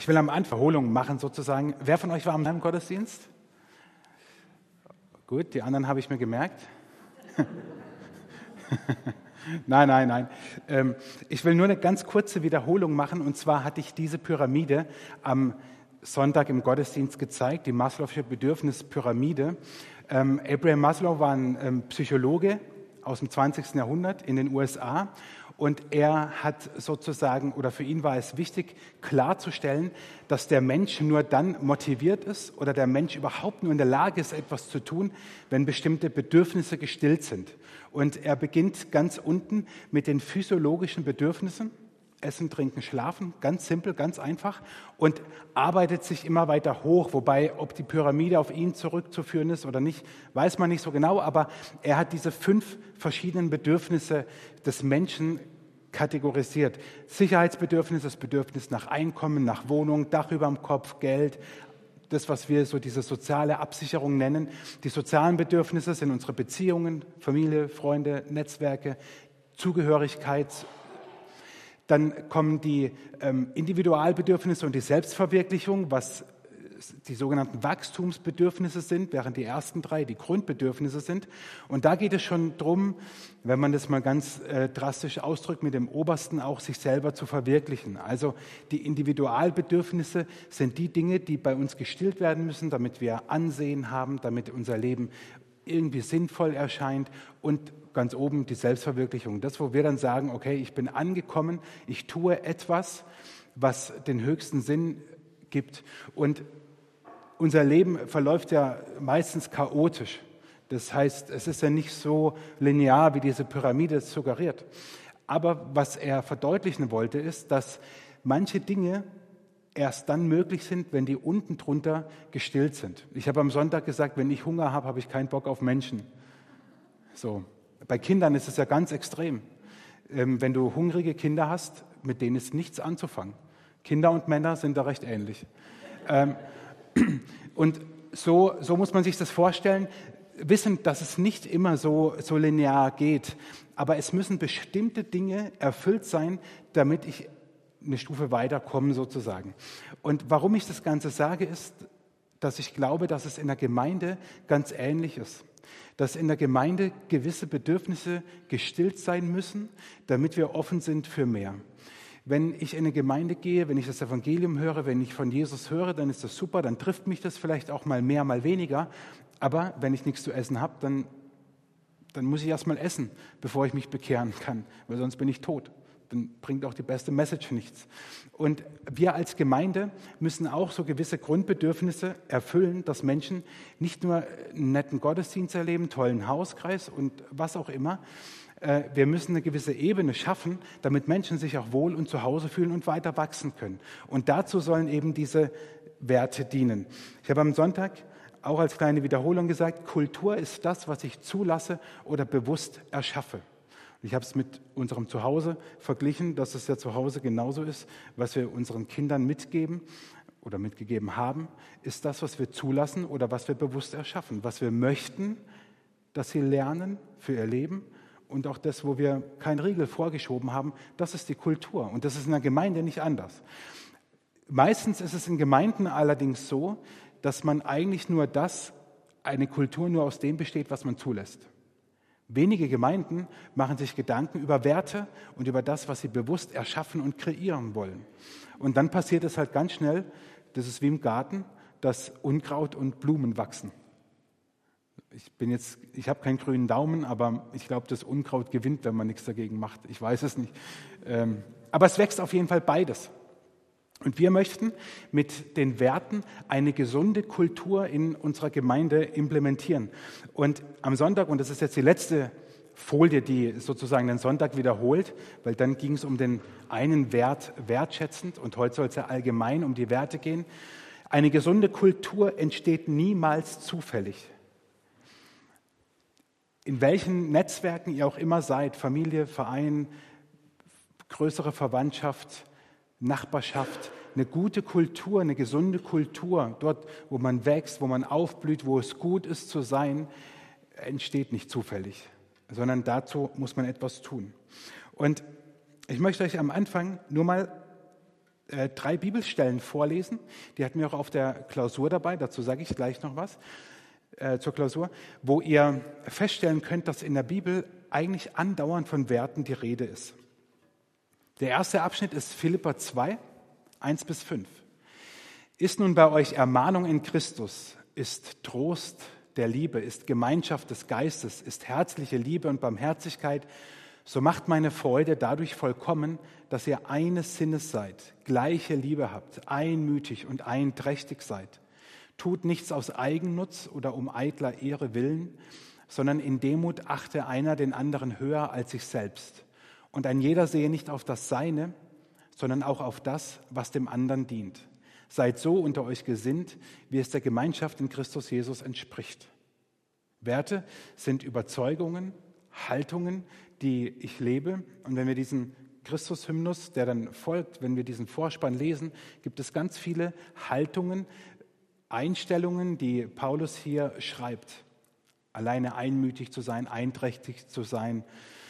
Ich will am Anfang Erholung machen sozusagen. Wer von euch war am Gottesdienst? Gut, die anderen habe ich mir gemerkt. Nein. Ich will nur eine ganz kurze Wiederholung machen. Und zwar hatte ich diese Pyramide am Sonntag im Gottesdienst gezeigt, die Maslow'sche Bedürfnispyramide. Abraham Maslow war ein Psychologe aus dem 20. Jahrhundert in den USA. Und er hat sozusagen, oder für ihn war es wichtig, klarzustellen, dass der Mensch nur dann motiviert ist oder der Mensch überhaupt nur in der Lage ist, etwas zu tun, wenn bestimmte Bedürfnisse gestillt sind. Und er beginnt ganz unten mit den physiologischen Bedürfnissen, Essen, Trinken, Schlafen, ganz simpel, ganz einfach, und arbeitet sich immer weiter hoch, wobei, ob die Pyramide auf ihn zurückzuführen ist oder nicht, weiß man nicht so genau, aber er hat diese 5 verschiedenen Bedürfnisse des Menschen kategorisiert. Sicherheitsbedürfnis, das Bedürfnis nach Einkommen, nach Wohnung, Dach über dem Kopf, Geld, das, was wir so diese soziale Absicherung nennen. Die sozialen Bedürfnisse sind unsere Beziehungen, Familie, Freunde, Netzwerke, Zugehörigkeit. Dann kommen die Individualbedürfnisse und die Selbstverwirklichung, was die sogenannten Wachstumsbedürfnisse sind, während die ersten 3 die Grundbedürfnisse sind. Und da geht es schon drum, wenn man das mal ganz drastisch ausdrückt, mit dem Obersten auch sich selber zu verwirklichen. Also die Individualbedürfnisse sind die Dinge, die bei uns gestillt werden müssen, damit wir Ansehen haben, damit unser Leben irgendwie sinnvoll erscheint, und ganz oben die Selbstverwirklichung. Das, wo wir dann sagen, okay, ich bin angekommen, ich tue etwas, was den höchsten Sinn gibt. Und unser Leben verläuft ja meistens chaotisch. Das heißt, es ist ja nicht so linear, wie diese Pyramide es suggeriert. Aber was er verdeutlichen wollte, ist, dass manche Dinge erst dann möglich sind, wenn die unten drunter gestillt sind. Ich habe am Sonntag gesagt, wenn ich Hunger habe, habe ich keinen Bock auf Menschen. So. Bei Kindern ist es ja ganz extrem. Wenn du hungrige Kinder hast, mit denen ist nichts anzufangen. Kinder und Männer sind da recht ähnlich. Und so muss man sich das vorstellen, wissend, dass es nicht immer so linear geht. Aber es müssen bestimmte Dinge erfüllt sein, damit ich eine Stufe weiterkomme sozusagen. Und warum ich das Ganze sage, ist, dass ich glaube, dass es in der Gemeinde ganz ähnlich ist. Dass in der Gemeinde gewisse Bedürfnisse gestillt sein müssen, damit wir offen sind für mehr. Wenn ich in eine Gemeinde gehe, wenn ich das Evangelium höre, wenn ich von Jesus höre, dann ist das super, dann trifft mich das vielleicht auch mal mehr, mal weniger. Aber wenn ich nichts zu essen habe, dann muss ich erst mal essen, bevor ich mich bekehren kann, weil sonst bin ich tot. Dann bringt auch die beste Message nichts. Und wir als Gemeinde müssen auch so gewisse Grundbedürfnisse erfüllen, dass Menschen nicht nur einen netten Gottesdienst erleben, tollen Hauskreis und was auch immer. Wir müssen eine gewisse Ebene schaffen, damit Menschen sich auch wohl und zu Hause fühlen und weiter wachsen können. Und dazu sollen eben diese Werte dienen. Ich habe am Sonntag auch als kleine Wiederholung gesagt, Kultur ist das, was ich zulasse oder bewusst erschaffe. Ich habe es mit unserem Zuhause verglichen, dass es ja zu Hause genauso ist, was wir unseren Kindern mitgeben oder mitgegeben haben, ist das, was wir zulassen oder was wir bewusst erschaffen, was wir möchten, dass sie lernen für ihr Leben. Und auch das, wo wir keinen Riegel vorgeschoben haben, das ist die Kultur. Und das ist in der Gemeinde nicht anders. Meistens ist es in Gemeinden allerdings so, dass man eigentlich eine Kultur nur aus dem besteht, was man zulässt. Wenige Gemeinden machen sich Gedanken über Werte und über das, was sie bewusst erschaffen und kreieren wollen. Und dann passiert es halt ganz schnell, das ist wie im Garten, dass Unkraut und Blumen wachsen. Ich habe keinen grünen Daumen, aber ich glaube, das Unkraut gewinnt, wenn man nichts dagegen macht. Ich weiß es nicht. Aber es wächst auf jeden Fall beides. Und wir möchten mit den Werten eine gesunde Kultur in unserer Gemeinde implementieren. Und am Sonntag, und das ist jetzt die letzte Folie, die sozusagen den Sonntag wiederholt, weil dann ging es um den einen Wert wertschätzend und heute soll es ja allgemein um die Werte gehen. Eine gesunde Kultur entsteht niemals zufällig. In welchen Netzwerken ihr auch immer seid, Familie, Verein, größere Verwandtschaft, Nachbarschaft, eine gute Kultur, eine gesunde Kultur, dort, wo man wächst, wo man aufblüht, wo es gut ist zu sein, entsteht nicht zufällig, sondern dazu muss man etwas tun. Und ich möchte euch am Anfang nur mal 3 Bibelstellen vorlesen. Die hatten wir auch auf der Klausur dabei, dazu sage ich gleich noch was zur Klausur, wo ihr feststellen könnt, dass in der Bibel eigentlich andauernd von Werten die Rede ist. Der erste Abschnitt ist Philipper 2, 1-5. Ist nun bei euch Ermahnung in Christus, ist Trost der Liebe, ist Gemeinschaft des Geistes, ist herzliche Liebe und Barmherzigkeit, so macht meine Freude dadurch vollkommen, dass ihr eines Sinnes seid, gleiche Liebe habt, einmütig und einträchtig seid. Tut nichts aus Eigennutz oder um eitler Ehre willen, sondern in Demut achte einer den anderen höher als sich selbst. Und ein jeder sehe nicht auf das Seine, sondern auch auf das, was dem anderen dient. Seid so unter euch gesinnt, wie es der Gemeinschaft in Christus Jesus entspricht. Werte sind Überzeugungen, Haltungen, die ich lebe. Und wenn wir diesen Christus-Hymnus, der dann folgt, wenn wir diesen Vorspann lesen, gibt es ganz viele Haltungen, Einstellungen, die Paulus hier schreibt. Alleine einmütig zu sein, einträchtig zu sein.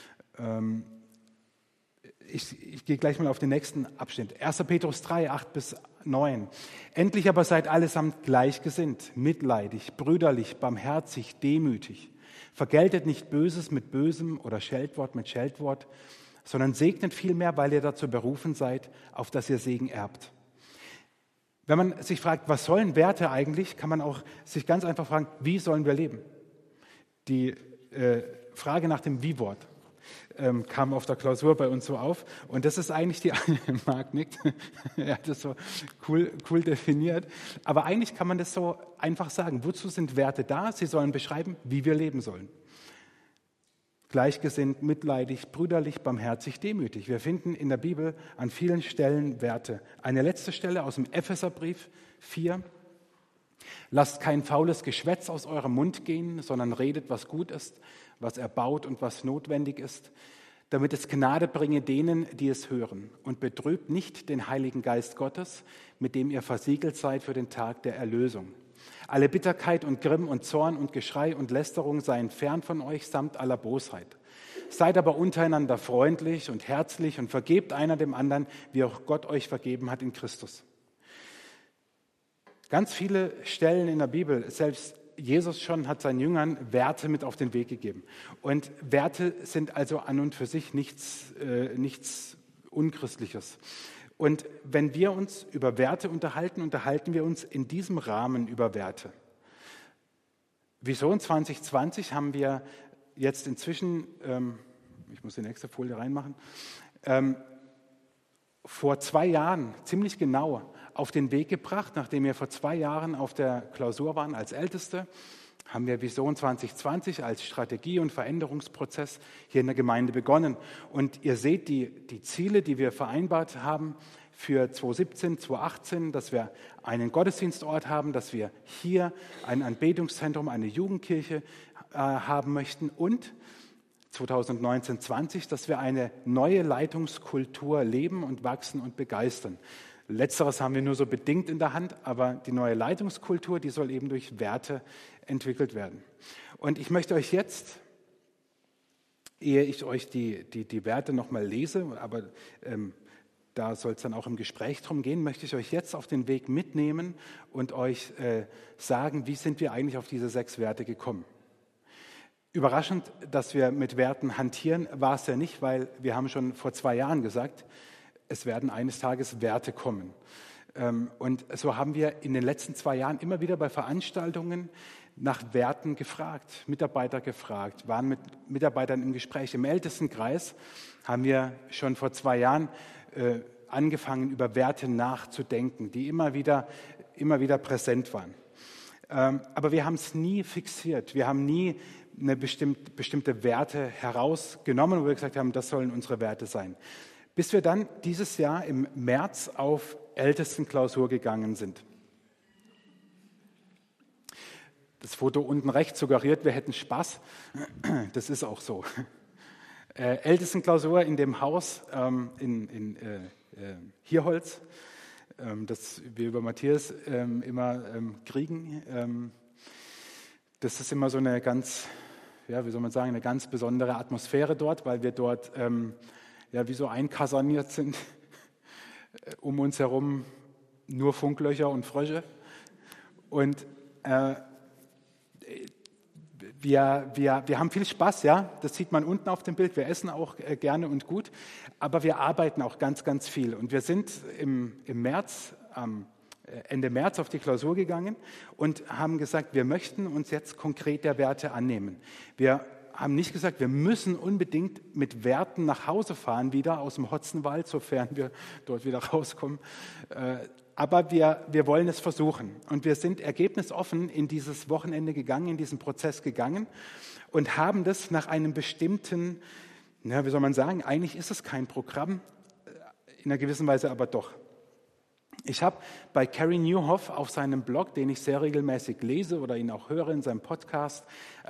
Ich gehe gleich mal auf den nächsten Abschnitt. 1. Petrus 3, 8-9. Endlich aber seid allesamt gleichgesinnt, mitleidig, brüderlich, barmherzig, demütig. Vergeltet nicht Böses mit Bösem oder Scheltwort mit Scheltwort, sondern segnet vielmehr, weil ihr dazu berufen seid, auf dass ihr Segen erbt. Wenn man sich fragt, was sollen Werte eigentlich, kann man auch sich ganz einfach fragen, wie sollen wir leben? Die Frage nach dem Wie-Wort kam auf der Klausur bei uns so auf. Und das ist eigentlich die, Marc nickt, er hat das so cool definiert. Aber eigentlich kann man das so einfach sagen. Wozu sind Werte da? Sie sollen beschreiben, wie wir leben sollen. Gleichgesinnt, mitleidig, brüderlich, barmherzig, demütig. Wir finden in der Bibel an vielen Stellen Werte. Eine letzte Stelle aus dem Epheserbrief 4. Lasst kein faules Geschwätz aus eurem Mund gehen, sondern redet, was gut ist, was erbaut und was notwendig ist, damit es Gnade bringe denen, die es hören. Und betrübt nicht den Heiligen Geist Gottes, mit dem ihr versiegelt seid für den Tag der Erlösung. Alle Bitterkeit und Grimm und Zorn und Geschrei und Lästerung seien fern von euch samt aller Bosheit. Seid aber untereinander freundlich und herzlich und vergebt einer dem anderen, wie auch Gott euch vergeben hat in Christus. Ganz viele Stellen in der Bibel, selbst Jesus schon hat seinen Jüngern Werte mit auf den Weg gegeben. Und Werte sind also an und für sich nichts Unchristliches. Und wenn wir uns über Werte unterhalten, unterhalten wir uns in diesem Rahmen über Werte. Vision 2020 haben wir jetzt inzwischen, ich muss die nächste Folie reinmachen, vor 2 Jahren ziemlich genau auf den Weg gebracht. Nachdem wir vor 2 Jahren auf der Klausur waren als Älteste, haben wir Vision 2020 als Strategie- und Veränderungsprozess hier in der Gemeinde begonnen. Und ihr seht die Ziele, die wir vereinbart haben für 2017, 2018, dass wir einen Gottesdienstort haben, dass wir hier ein Anbetungszentrum, eine Jugendkirche haben möchten und 2019, 20, dass wir eine neue Leitungskultur leben und wachsen und begeistern. Letzteres haben wir nur so bedingt in der Hand, aber die neue Leitungskultur, die soll eben durch Werte entwickelt werden. Und ich möchte euch jetzt, ehe ich euch die Werte nochmal lese, aber da soll es dann auch im Gespräch drum gehen, möchte ich euch jetzt auf den Weg mitnehmen und euch sagen, wie sind wir eigentlich auf diese 6 Werte gekommen. Überraschend, dass wir mit Werten hantieren, war es ja nicht, weil wir haben schon vor 2 Jahren gesagt, es werden eines Tages Werte kommen. Und so haben wir in den letzten 2 Jahren immer wieder bei Veranstaltungen nach Werten gefragt, Mitarbeiter gefragt, waren mit Mitarbeitern im Gespräch. Im Ältestenkreis haben wir schon vor 2 Jahren angefangen, über Werte nachzudenken, die immer wieder präsent waren. Aber wir haben es nie fixiert. Wir haben nie eine bestimmte Werte herausgenommen, wo wir gesagt haben, das sollen unsere Werte sein. Bis wir dann dieses Jahr im März auf Ältestenklausur gegangen sind. Das Foto unten rechts suggeriert, wir hätten Spaß. Das ist auch so. Ältestenklausur in dem Haus in Hierholz, das wir über Matthias immer kriegen. Das ist immer so eine ganz, eine ganz besondere Atmosphäre dort, weil wir dort wie so einkaserniert sind. um uns herum nur Funklöcher und Frösche. Und wir haben viel Spaß, ja, das sieht man unten auf dem Bild. Wir essen auch gerne und gut, aber wir arbeiten auch ganz, ganz viel. Und wir sind im März, Ende März auf die Klausur gegangen und haben gesagt, wir möchten uns jetzt konkret der Werte annehmen. Wir haben nicht gesagt, wir müssen unbedingt mit Werten nach Hause fahren, wieder aus dem Hotzenwald, sofern wir dort wieder rauskommen. Aber wir wollen es versuchen. Und wir sind ergebnisoffen in dieses Wochenende gegangen, in diesen Prozess gegangen und haben das nach einem bestimmten, wie soll man sagen, eigentlich ist es kein Programm, in einer gewissen Weise aber doch. Ich habe bei Carey Nieuwhof auf seinem Blog, den ich sehr regelmäßig lese oder ihn auch höre in seinem Podcast,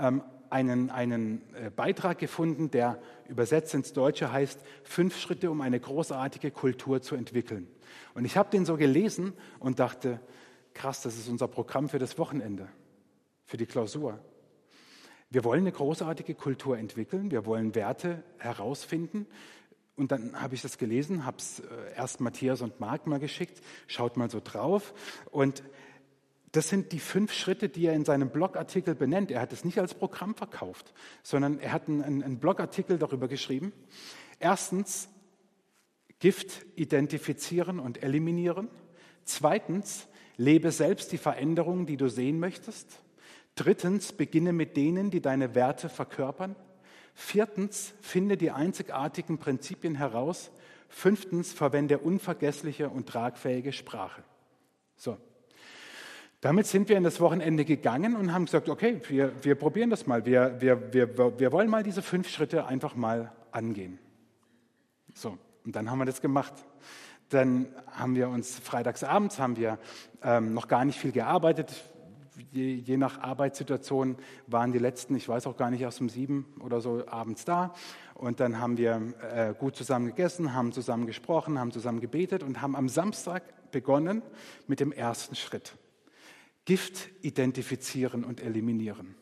einen Beitrag gefunden, der übersetzt ins Deutsche heißt, 5 Schritte, um eine großartige Kultur zu entwickeln. Und ich habe den so gelesen und dachte, krass, das ist unser Programm für das Wochenende, für die Klausur. Wir wollen eine großartige Kultur entwickeln, wir wollen Werte herausfinden. Und dann habe ich das gelesen, habe es erst Matthias und Marc mal geschickt, schaut mal so drauf. Und das sind die 5 Schritte, die er in seinem Blogartikel benennt. Er hat es nicht als Programm verkauft, sondern er hat einen Blogartikel darüber geschrieben. Erstens, Gift identifizieren und eliminieren. Zweitens, lebe selbst die Veränderungen, die du sehen möchtest. Drittens, beginne mit denen, die deine Werte verkörpern. Viertens, finde die einzigartigen Prinzipien heraus. 5. Verwende unvergessliche und tragfähige Sprache. So. Damit sind wir in das Wochenende gegangen und haben gesagt, okay, wir probieren das mal. Wir wollen mal diese 5 Schritte einfach mal angehen. So, und dann haben wir das gemacht. Dann haben wir uns freitagsabends, noch gar nicht viel gearbeitet. Je nach Arbeitssituation waren die letzten, ich weiß auch gar nicht, erst um 7 oder so abends da. Und dann haben wir gut zusammen gegessen, haben zusammen gesprochen, haben zusammen gebetet und haben am Samstag begonnen mit dem ersten Schritt. Gift identifizieren und eliminieren.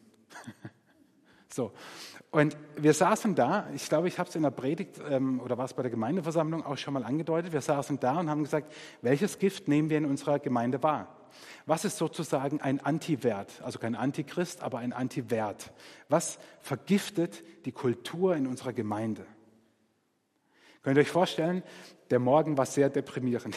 So, und wir saßen da, ich glaube, ich habe es in der Predigt oder war es bei der Gemeindeversammlung auch schon mal angedeutet, wir saßen da und haben gesagt, welches Gift nehmen wir in unserer Gemeinde wahr? Was ist sozusagen ein Antiwert, also kein Antichrist, aber ein Antiwert? Was vergiftet die Kultur in unserer Gemeinde? Könnt ihr euch vorstellen, der Morgen war sehr deprimierend.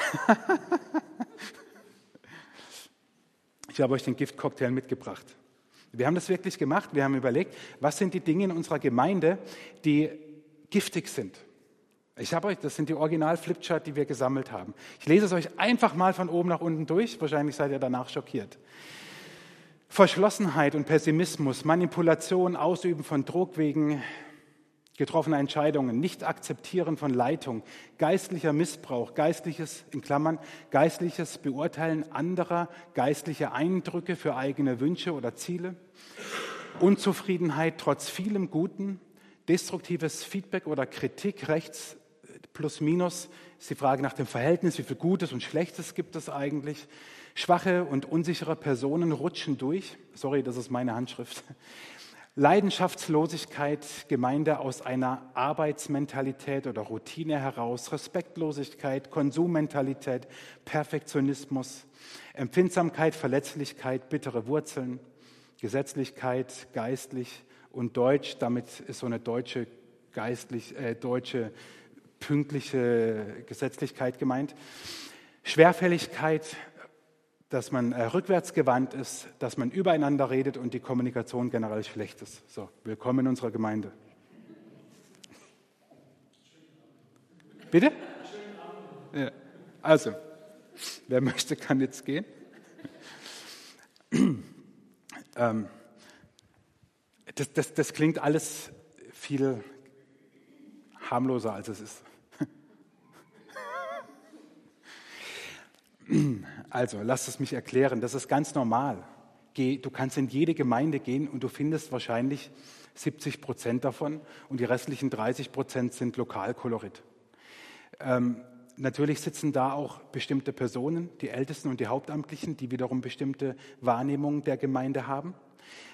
Ich habe euch den Giftcocktail mitgebracht. Wir haben das wirklich gemacht. Wir haben überlegt, was sind die Dinge in unserer Gemeinde, die giftig sind. Das sind die Original-Flipchart, die wir gesammelt haben. Ich lese es euch einfach mal von oben nach unten durch. Wahrscheinlich seid ihr danach schockiert. Verschlossenheit und Pessimismus, Manipulation, Ausüben von Druck wegen getroffener Entscheidungen, Nicht-Akzeptieren von Leitung, geistlicher Missbrauch, geistliches, in Klammern, geistliches Beurteilen anderer, geistliche Eindrücke für eigene Wünsche oder Ziele, Unzufriedenheit trotz vielem Guten, destruktives Feedback oder Kritik, rechts plus minus, ist die Frage nach dem Verhältnis, wie viel Gutes und Schlechtes gibt es eigentlich. Schwache und unsichere Personen rutschen durch. Sorry, das ist meine Handschrift. Leidenschaftslosigkeit, Gemeinde aus einer Arbeitsmentalität oder Routine heraus, Respektlosigkeit, Konsummentalität, Perfektionismus, Empfindsamkeit, Verletzlichkeit, bittere Wurzeln, Gesetzlichkeit, geistlich und deutsch. Damit ist so eine deutsche pünktliche Gesetzlichkeit gemeint. Schwerfälligkeit, dass man rückwärtsgewandt ist, dass man übereinander redet und die Kommunikation generell schlecht ist. So, willkommen in unserer Gemeinde. Bitte? Ja. Also, wer möchte, kann jetzt gehen. Das klingt alles viel harmloser, als es ist. Also, lasst es mich erklären, das ist ganz normal. Du kannst in jede Gemeinde gehen und du findest wahrscheinlich 70% davon und die restlichen 30% sind Lokalkolorit. Natürlich sitzen da auch bestimmte Personen, die Ältesten und die Hauptamtlichen, die wiederum bestimmte Wahrnehmungen der Gemeinde haben.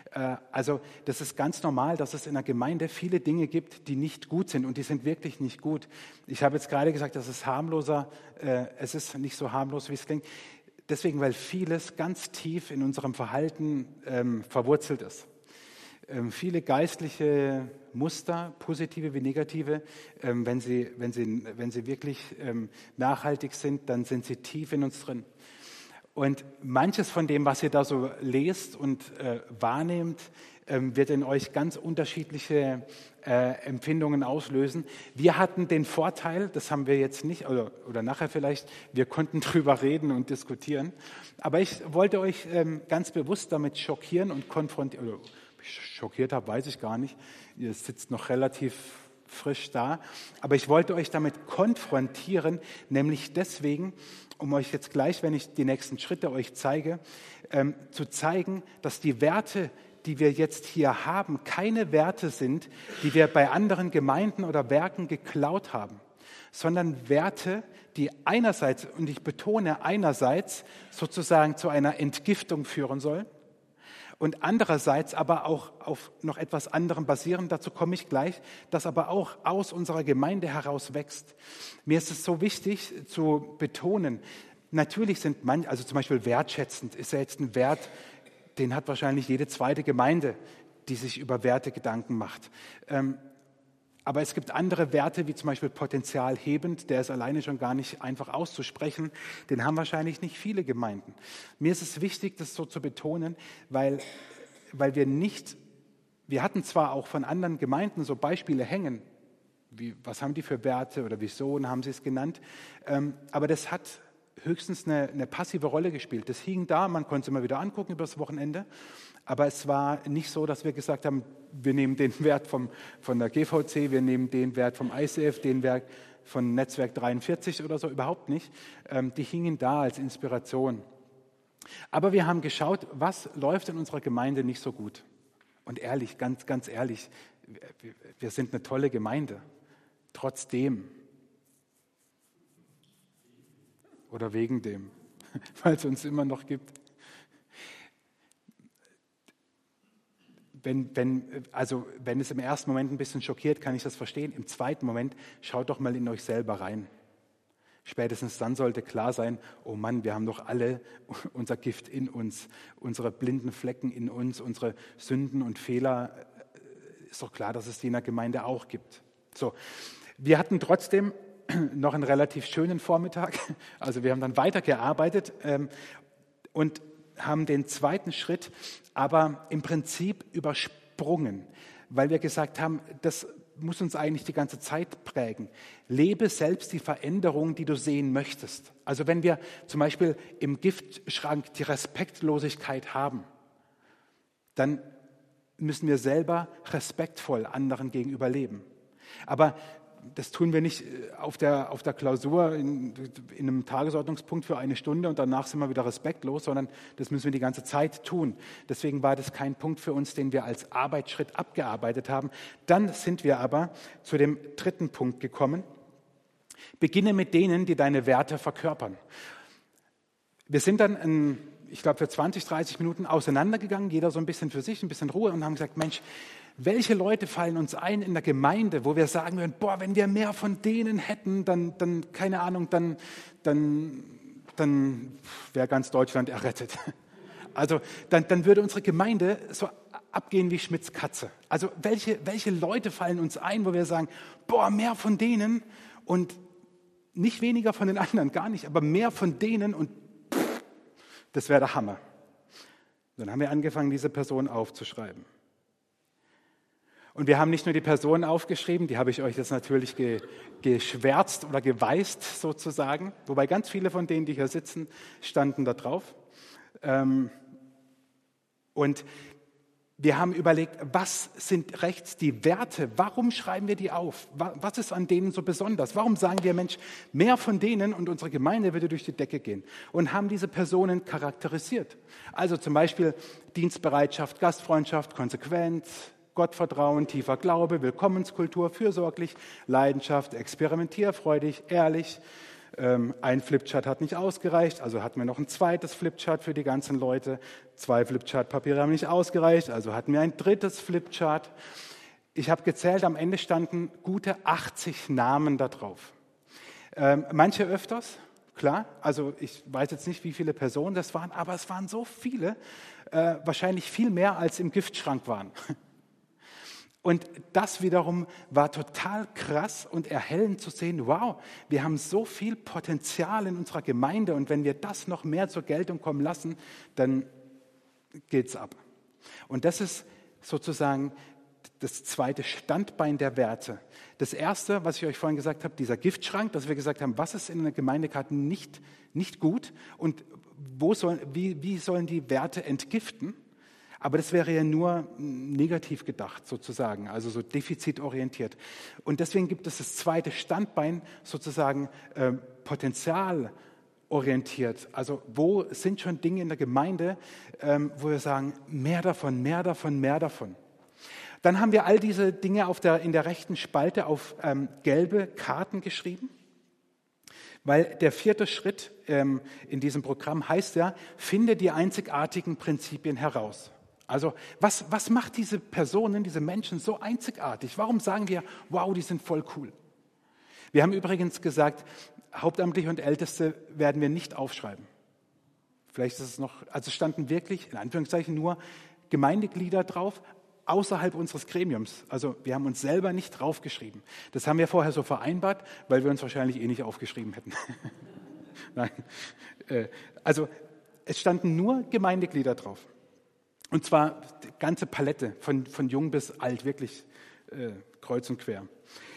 Also das ist ganz normal, dass es in der Gemeinde viele Dinge gibt, die nicht gut sind und die sind wirklich nicht gut. Ich habe jetzt gerade gesagt, das ist harmloser, es ist nicht so harmlos, wie es klingt. Deswegen, weil vieles ganz tief in unserem Verhalten verwurzelt ist. Viele geistliche Muster, positive wie negative, wenn sie wirklich nachhaltig sind, dann sind sie tief in uns drin. Und manches von dem, was ihr da so lest und wahrnehmt, wird in euch ganz unterschiedliche Empfindungen auslösen. Wir hatten den Vorteil, das haben wir jetzt nicht, oder nachher vielleicht, wir konnten drüber reden und diskutieren. Aber ich wollte euch ganz bewusst damit schockieren und konfrontieren. Oder schockiert habe, weiß ich gar nicht. Ihr sitzt noch relativ frisch da. Aber ich wollte euch damit konfrontieren, nämlich deswegen, um euch jetzt gleich, wenn ich die nächsten Schritte euch zeige, zu zeigen, dass die Werte, die wir jetzt hier haben, keine Werte sind, die wir bei anderen Gemeinden oder Werken geklaut haben, sondern Werte, die einerseits, und ich betone einerseits, sozusagen zu einer Entgiftung führen sollen und andererseits aber auch auf noch etwas anderem basieren, dazu komme ich gleich, das aber auch aus unserer Gemeinde heraus wächst. Mir ist es so wichtig zu betonen, natürlich sind manche, also zum Beispiel wertschätzend ist ja jetzt ein Wert, den hat wahrscheinlich jede zweite Gemeinde, die sich über Werte Gedanken macht. Aber es gibt andere Werte, wie zum Beispiel potenzialhebend, der ist alleine schon gar nicht einfach auszusprechen. Den haben wahrscheinlich nicht viele Gemeinden. Mir ist es wichtig, das so zu betonen, weil wir hatten zwar auch von anderen Gemeinden so Beispiele hängen, was haben die für Werte oder wieso haben sie es genannt, aber das hat höchstens eine passive Rolle gespielt. Das hing da, man konnte es immer wieder angucken über das Wochenende, aber es war nicht so, dass wir gesagt haben, wir nehmen den Wert von der GVC, wir nehmen den Wert vom ICF, den Wert von Netzwerk 43 oder so, überhaupt nicht. Die hingen da als Inspiration. Aber wir haben geschaut, was läuft in unserer Gemeinde nicht so gut. Und ehrlich, ganz, ganz ehrlich, wir sind eine tolle Gemeinde. Trotzdem. Oder wegen dem, weil es uns immer noch gibt. Wenn es im ersten Moment ein bisschen schockiert, kann ich das verstehen. Im zweiten Moment, schaut doch mal in euch selber rein. Spätestens dann sollte klar sein, oh Mann, wir haben doch alle unser Gift in uns, unsere blinden Flecken in uns, unsere Sünden und Fehler. Ist doch klar, dass es die in der Gemeinde auch gibt. So, wir hatten trotzdem noch einen relativ schönen Vormittag. Also wir haben dann weitergearbeitet und haben den zweiten Schritt aber im Prinzip übersprungen, weil wir gesagt haben, das muss uns eigentlich die ganze Zeit prägen. Lebe selbst die Veränderung, die du sehen möchtest. Also wenn wir zum Beispiel im Giftschrank die Respektlosigkeit haben, dann müssen wir selber respektvoll anderen gegenüber leben. Aber das tun wir nicht auf der Klausur in einem Tagesordnungspunkt für eine Stunde und danach sind wir wieder respektlos, sondern das müssen wir die ganze Zeit tun. Deswegen war das kein Punkt für uns, den wir als Arbeitsschritt abgearbeitet haben. Dann sind wir aber zu dem dritten Punkt gekommen. Beginne mit denen, die deine Werte verkörpern. Wir sind dann, ich glaube, für 20, 30 Minuten auseinandergegangen, jeder so ein bisschen für sich, ein bisschen Ruhe und haben gesagt, Mensch, welche Leute fallen uns ein in der Gemeinde, wo wir sagen würden, boah, wenn wir mehr von denen hätten, dann keine Ahnung, dann wäre ganz Deutschland errettet. Also dann würde unsere Gemeinde so abgehen wie Schmitz Katze. Also welche Leute fallen uns ein, wo wir sagen, boah, mehr von denen und nicht weniger von den anderen, gar nicht, aber mehr von denen und das wäre der Hammer. Dann haben wir angefangen, diese Person aufzuschreiben. Und wir haben nicht nur die Personen aufgeschrieben, die habe ich euch jetzt natürlich geschwärzt oder geweißt sozusagen, wobei ganz viele von denen, die hier sitzen, standen da drauf. Und wir haben überlegt, was sind rechts die Werte? Warum schreiben wir die auf? Was ist an denen so besonders? Warum sagen wir, Mensch, mehr von denen und unsere Gemeinde würde durch die Decke gehen? Und haben diese Personen charakterisiert. Also zum Beispiel Dienstbereitschaft, Gastfreundschaft, Konsequenz, Gottvertrauen, tiefer Glaube, Willkommenskultur, fürsorglich, Leidenschaft, experimentierfreudig, ehrlich, Ein Flipchart hat nicht ausgereicht, also hatten wir noch ein zweites Flipchart für die ganzen Leute. 2 Flipchart-Papiere haben nicht ausgereicht, also hatten wir ein drittes Flipchart. Ich habe gezählt, am Ende standen gute 80 Namen da drauf. Manche öfters, klar, also ich weiß jetzt nicht, wie viele Personen das waren, aber es waren so viele, wahrscheinlich viel mehr als im Giftschrank waren. Und das wiederum war total krass und erhellend zu sehen, wow, wir haben so viel Potenzial in unserer Gemeinde und wenn wir das noch mehr zur Geltung kommen lassen, dann geht's ab. Und das ist sozusagen das zweite Standbein der Werte. Das erste, was ich euch vorhin gesagt habe, dieser Giftschrank, dass wir gesagt haben, was ist in einer Gemeindekarte nicht gut und wie sollen die Werte entgiften? Aber das wäre ja nur negativ gedacht sozusagen, also so defizitorientiert. Und deswegen gibt es das zweite Standbein sozusagen potenzialorientiert. Also wo sind schon Dinge in der Gemeinde, wo wir sagen, mehr davon, mehr davon, mehr davon. Dann haben wir all diese Dinge in der rechten Spalte auf gelbe Karten geschrieben, weil der 4. Schritt in diesem Programm heißt ja, finde die einzigartigen Prinzipien heraus. Also was macht diese Personen, diese Menschen so einzigartig? Warum sagen wir, wow, die sind voll cool? Wir haben übrigens gesagt, Hauptamtliche und Älteste werden wir nicht aufschreiben. Vielleicht ist es noch, also standen wirklich, in Anführungszeichen, nur Gemeindeglieder drauf, außerhalb unseres Gremiums. Also wir haben uns selber nicht draufgeschrieben. Das haben wir vorher so vereinbart, weil wir uns wahrscheinlich nicht aufgeschrieben hätten. Nein. Also es standen nur Gemeindeglieder drauf. Und zwar die ganze Palette, von jung bis alt, wirklich kreuz und quer.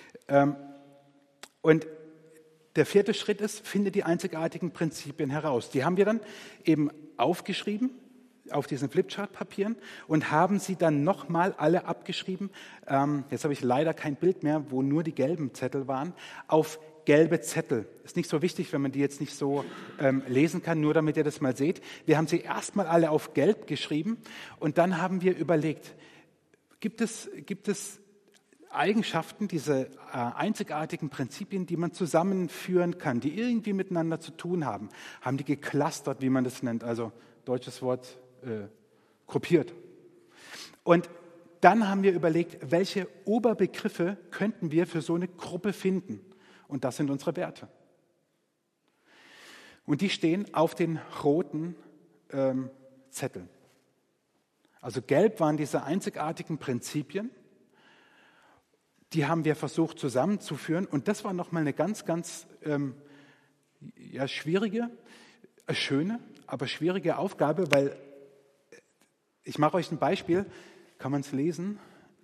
Und der 4. Schritt ist, finde die einzigartigen Prinzipien heraus. Die haben wir dann eben aufgeschrieben auf diesen Flipchart-Papieren und haben sie dann nochmal alle abgeschrieben. Jetzt habe ich leider kein Bild mehr, wo nur die gelben Zettel waren, auf gelbe Zettel. Ist nicht so wichtig, wenn man die jetzt nicht so lesen kann, nur damit ihr das mal seht. Wir haben sie erstmal alle auf gelb geschrieben und dann haben wir überlegt, gibt es Eigenschaften, diese einzigartigen Prinzipien, die man zusammenführen kann, die irgendwie miteinander zu tun haben. Haben die geclustert, wie man das nennt, also deutsches Wort, gruppiert. Und dann haben wir überlegt, welche Oberbegriffe könnten wir für so eine Gruppe finden. Und das sind unsere Werte. Und die stehen auf den roten Zetteln. Also gelb waren diese einzigartigen Prinzipien. Die haben wir versucht zusammenzuführen. Und das war nochmal eine ganz, ganz schwierige, schöne, aber schwierige Aufgabe, weil ich mache euch ein Beispiel. Kann man es lesen?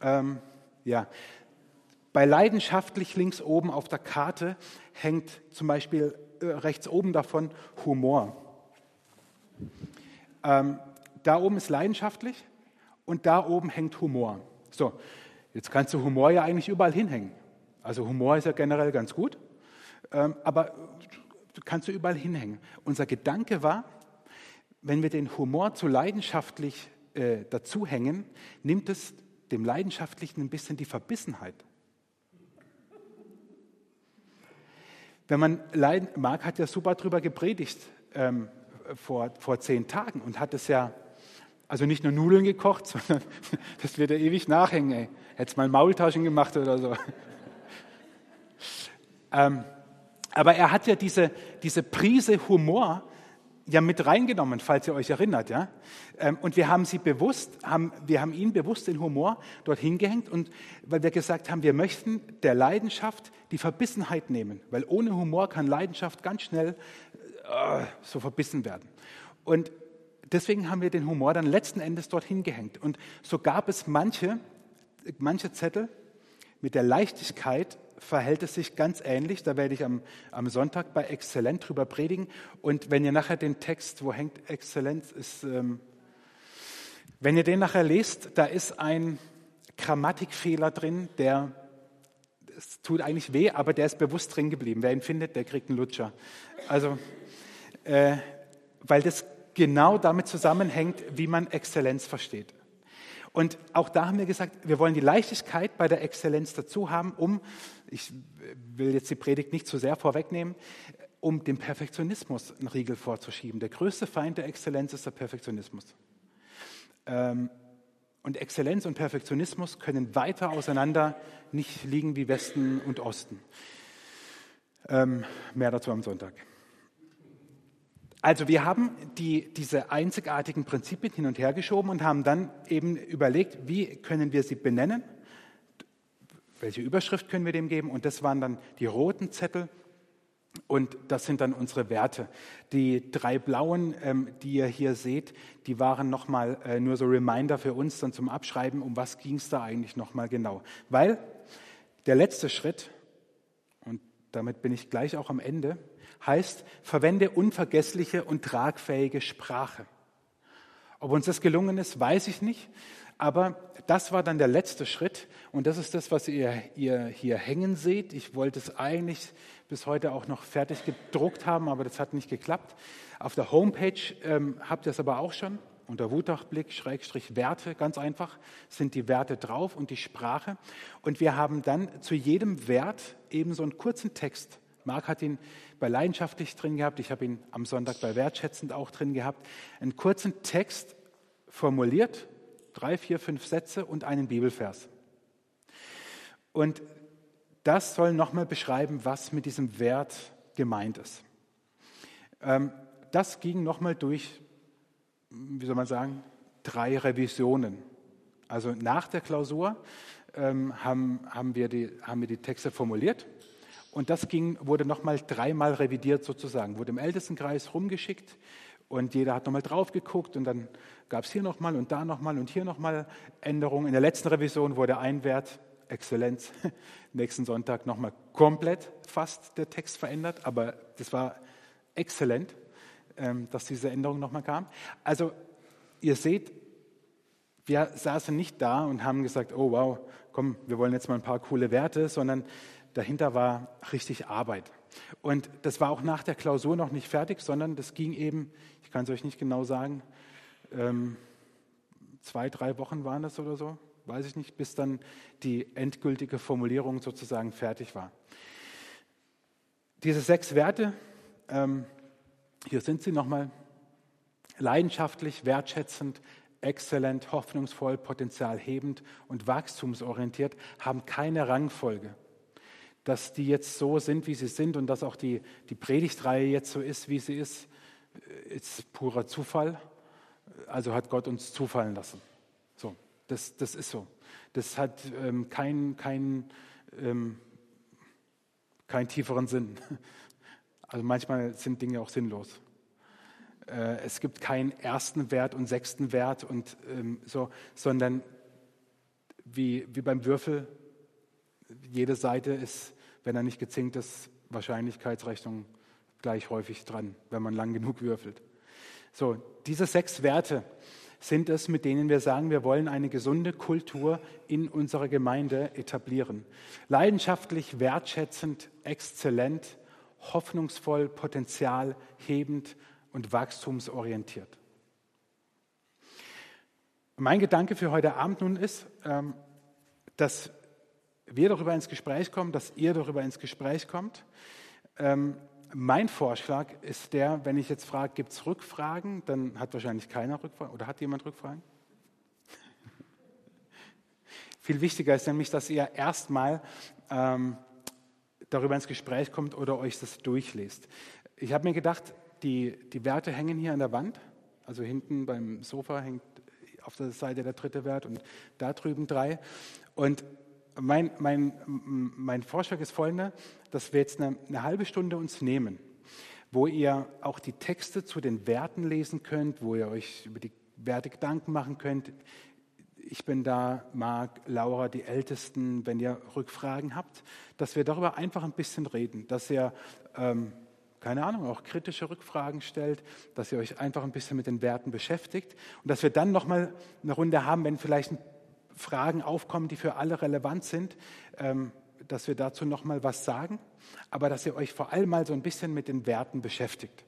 Bei leidenschaftlich links oben auf der Karte hängt zum Beispiel rechts oben davon Humor. Da oben ist leidenschaftlich und da oben hängt Humor. So, jetzt kannst du Humor ja eigentlich überall hinhängen. Also Humor ist ja generell ganz gut, aber kannst du überall hinhängen. Unser Gedanke war, wenn wir den Humor zu leidenschaftlich dazu hängen, nimmt es dem Leidenschaftlichen ein bisschen die Verbissenheit. Wenn man Marc hat ja super drüber gepredigt vor 10 Tagen und hat es ja, also nicht nur Nudeln gekocht, sondern das wird ja ewig nachhängen. Ey. Hättest mal Maultaschen gemacht oder so. Aber er hat ja diese Prise Humor ja mit reingenommen, falls ihr euch erinnert, ja. Und wir haben ihn bewusst den Humor dorthin gehängt und weil wir gesagt haben, wir möchten der Leidenschaft die Verbissenheit nehmen, weil ohne Humor kann Leidenschaft ganz schnell so verbissen werden. Und deswegen haben wir den Humor dann letzten Endes dorthin gehängt. Und so gab es manche Zettel mit der Leichtigkeit verhält es sich ganz ähnlich. Da werde ich am Sonntag bei Exzellent drüber predigen. Und wenn ihr nachher den Text, wo hängt Exzellenz, wenn ihr den nachher lest, da ist ein Grammatikfehler drin, es tut eigentlich weh, aber der ist bewusst drin geblieben. Wer ihn findet, der kriegt einen Lutscher. Also, weil das genau damit zusammenhängt, wie man Exzellenz versteht. Und auch da haben wir gesagt, wir wollen die Leichtigkeit bei der Exzellenz dazu haben, ich will jetzt die Predigt nicht zu sehr vorwegnehmen, um dem Perfektionismus einen Riegel vorzuschieben. Der größte Feind der Exzellenz ist der Perfektionismus. Und Exzellenz und Perfektionismus können weiter auseinander nicht liegen wie Westen und Osten. Mehr dazu am Sonntag. Also wir haben diese einzigartigen Prinzipien hin und her geschoben und haben dann eben überlegt, wie können wir sie benennen, welche Überschrift können wir dem geben, und das waren dann die roten Zettel und das sind dann unsere Werte. Die 3 blauen, die ihr hier seht, die waren nochmal nur so Reminder für uns dann zum Abschreiben, um was ging es da eigentlich nochmal genau. Weil der letzte Schritt, und damit bin ich gleich auch am Ende, heißt, verwende unvergessliche und tragfähige Sprache. Ob uns das gelungen ist, weiß ich nicht, aber das war dann der letzte Schritt und das ist das, was ihr hier hängen seht. Ich wollte es eigentlich bis heute auch noch fertig gedruckt haben, aber das hat nicht geklappt. Auf der Homepage habt ihr es aber auch schon. Unter Wutachblick-Werte, ganz einfach, sind die Werte drauf und die Sprache. Und wir haben dann zu jedem Wert eben so einen kurzen Text. Marc hat ihn bei Leidenschaftlich drin gehabt, ich habe ihn am Sonntag bei Wertschätzend auch drin gehabt. Einen kurzen Text formuliert, 3, 4, 5 Sätze und einen Bibelvers. Und das soll nochmal beschreiben, was mit diesem Wert gemeint ist. Das ging nochmal durch, wie soll man sagen, 3 Revisionen. Also nach der Klausur haben wir die Texte formuliert und das wurde nochmal 3-mal revidiert sozusagen, wurde im Ältestenkreis rumgeschickt und jeder hat nochmal drauf geguckt und dann gab es hier nochmal und da nochmal und hier nochmal Änderungen. In der letzten Revision wurde ein Wert, Exzellenz, nächsten Sonntag nochmal komplett fast der Text verändert, aber das war exzellent, dass diese Änderung nochmal kam. Also ihr seht, wir saßen nicht da und haben gesagt, oh wow, komm, wir wollen jetzt mal ein paar coole Werte, sondern dahinter war richtig Arbeit. Und das war auch nach der Klausur noch nicht fertig, sondern das ging eben, ich kann es euch nicht genau sagen, 2, 3 Wochen waren das oder so, weiß ich nicht, bis dann die endgültige Formulierung sozusagen fertig war. Diese 6 Werte, hier sind sie nochmal: leidenschaftlich, wertschätzend, exzellent, hoffnungsvoll, potenzialhebend und wachstumsorientiert, haben keine Rangfolge. Dass die jetzt so sind, wie sie sind und dass auch die Predigtreihe jetzt so ist, wie sie ist purer Zufall. Also hat Gott uns zufallen lassen. So, das ist so. Das hat keinen tieferen Sinn. Also manchmal sind Dinge auch sinnlos. Es gibt keinen ersten Wert und 6. Wert und so, sondern wie beim Würfel, jede Seite ist, wenn er nicht gezinkt ist, Wahrscheinlichkeitsrechnung gleich häufig dran, wenn man lang genug würfelt. So, diese 6 Werte sind es, mit denen wir sagen, wir wollen eine gesunde Kultur in unserer Gemeinde etablieren. Leidenschaftlich, wertschätzend, exzellent, hoffnungsvoll, potenzialhebend und wachstumsorientiert. Mein Gedanke für heute Abend nun ist, dass wir darüber ins Gespräch kommen, dass ihr darüber ins Gespräch kommt. Mein Vorschlag ist der, wenn ich jetzt frage, gibt es Rückfragen, dann hat wahrscheinlich keiner Rückfragen. Oder hat jemand Rückfragen? Viel wichtiger ist nämlich, dass ihr erstmal darüber ins Gespräch kommt oder euch das durchlest. Ich habe mir gedacht, die Werte hängen hier an der Wand. Also hinten beim Sofa hängt auf der Seite der 3. Wert und da drüben 3. Und mein Vorschlag ist folgender, dass wir jetzt eine halbe Stunde uns nehmen, wo ihr auch die Texte zu den Werten lesen könnt, wo ihr euch über die Werte Gedanken machen könnt. Ich bin da, Marc, Laura, die Ältesten, wenn ihr Rückfragen habt, dass wir darüber einfach ein bisschen reden, dass ihr, keine Ahnung, auch kritische Rückfragen stellt, dass ihr euch einfach ein bisschen mit den Werten beschäftigt und dass wir dann nochmal eine Runde haben, wenn vielleicht Fragen aufkommen, die für alle relevant sind, dass wir dazu nochmal was sagen, aber dass ihr euch vor allem mal so ein bisschen mit den Werten beschäftigt.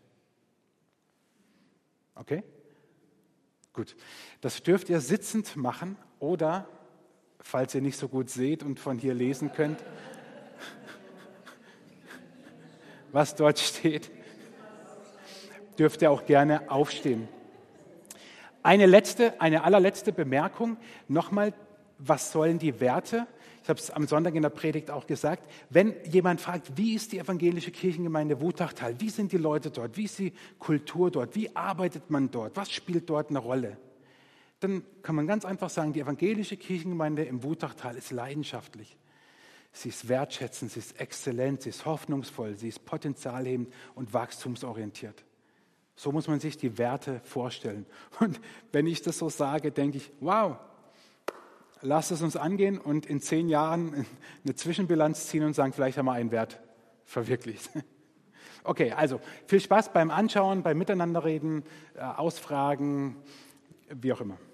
Okay? Gut. Das dürft ihr sitzend machen oder, falls ihr nicht so gut seht und von hier lesen könnt, was dort steht. Dürft ihr auch gerne aufstehen. Eine allerletzte Bemerkung. Nochmal, was sollen die Werte? Ich habe es am Sonntag in der Predigt auch gesagt. Wenn jemand fragt, wie ist die evangelische Kirchengemeinde Wutachtal? Wie sind die Leute dort? Wie ist die Kultur dort? Wie arbeitet man dort? Was spielt dort eine Rolle? Dann kann man ganz einfach sagen, die evangelische Kirchengemeinde im Wutachtal ist leidenschaftlich. Sie ist wertschätzend, sie ist exzellent, sie ist hoffnungsvoll, sie ist potenzialhebend und wachstumsorientiert. So muss man sich die Werte vorstellen. Und wenn ich das so sage, denke ich, wow, lasst es uns angehen und in 10 Jahren eine Zwischenbilanz ziehen und sagen, vielleicht haben wir einen Wert verwirklicht. Okay, also viel Spaß beim Anschauen, beim Miteinanderreden, Ausfragen, wie auch immer.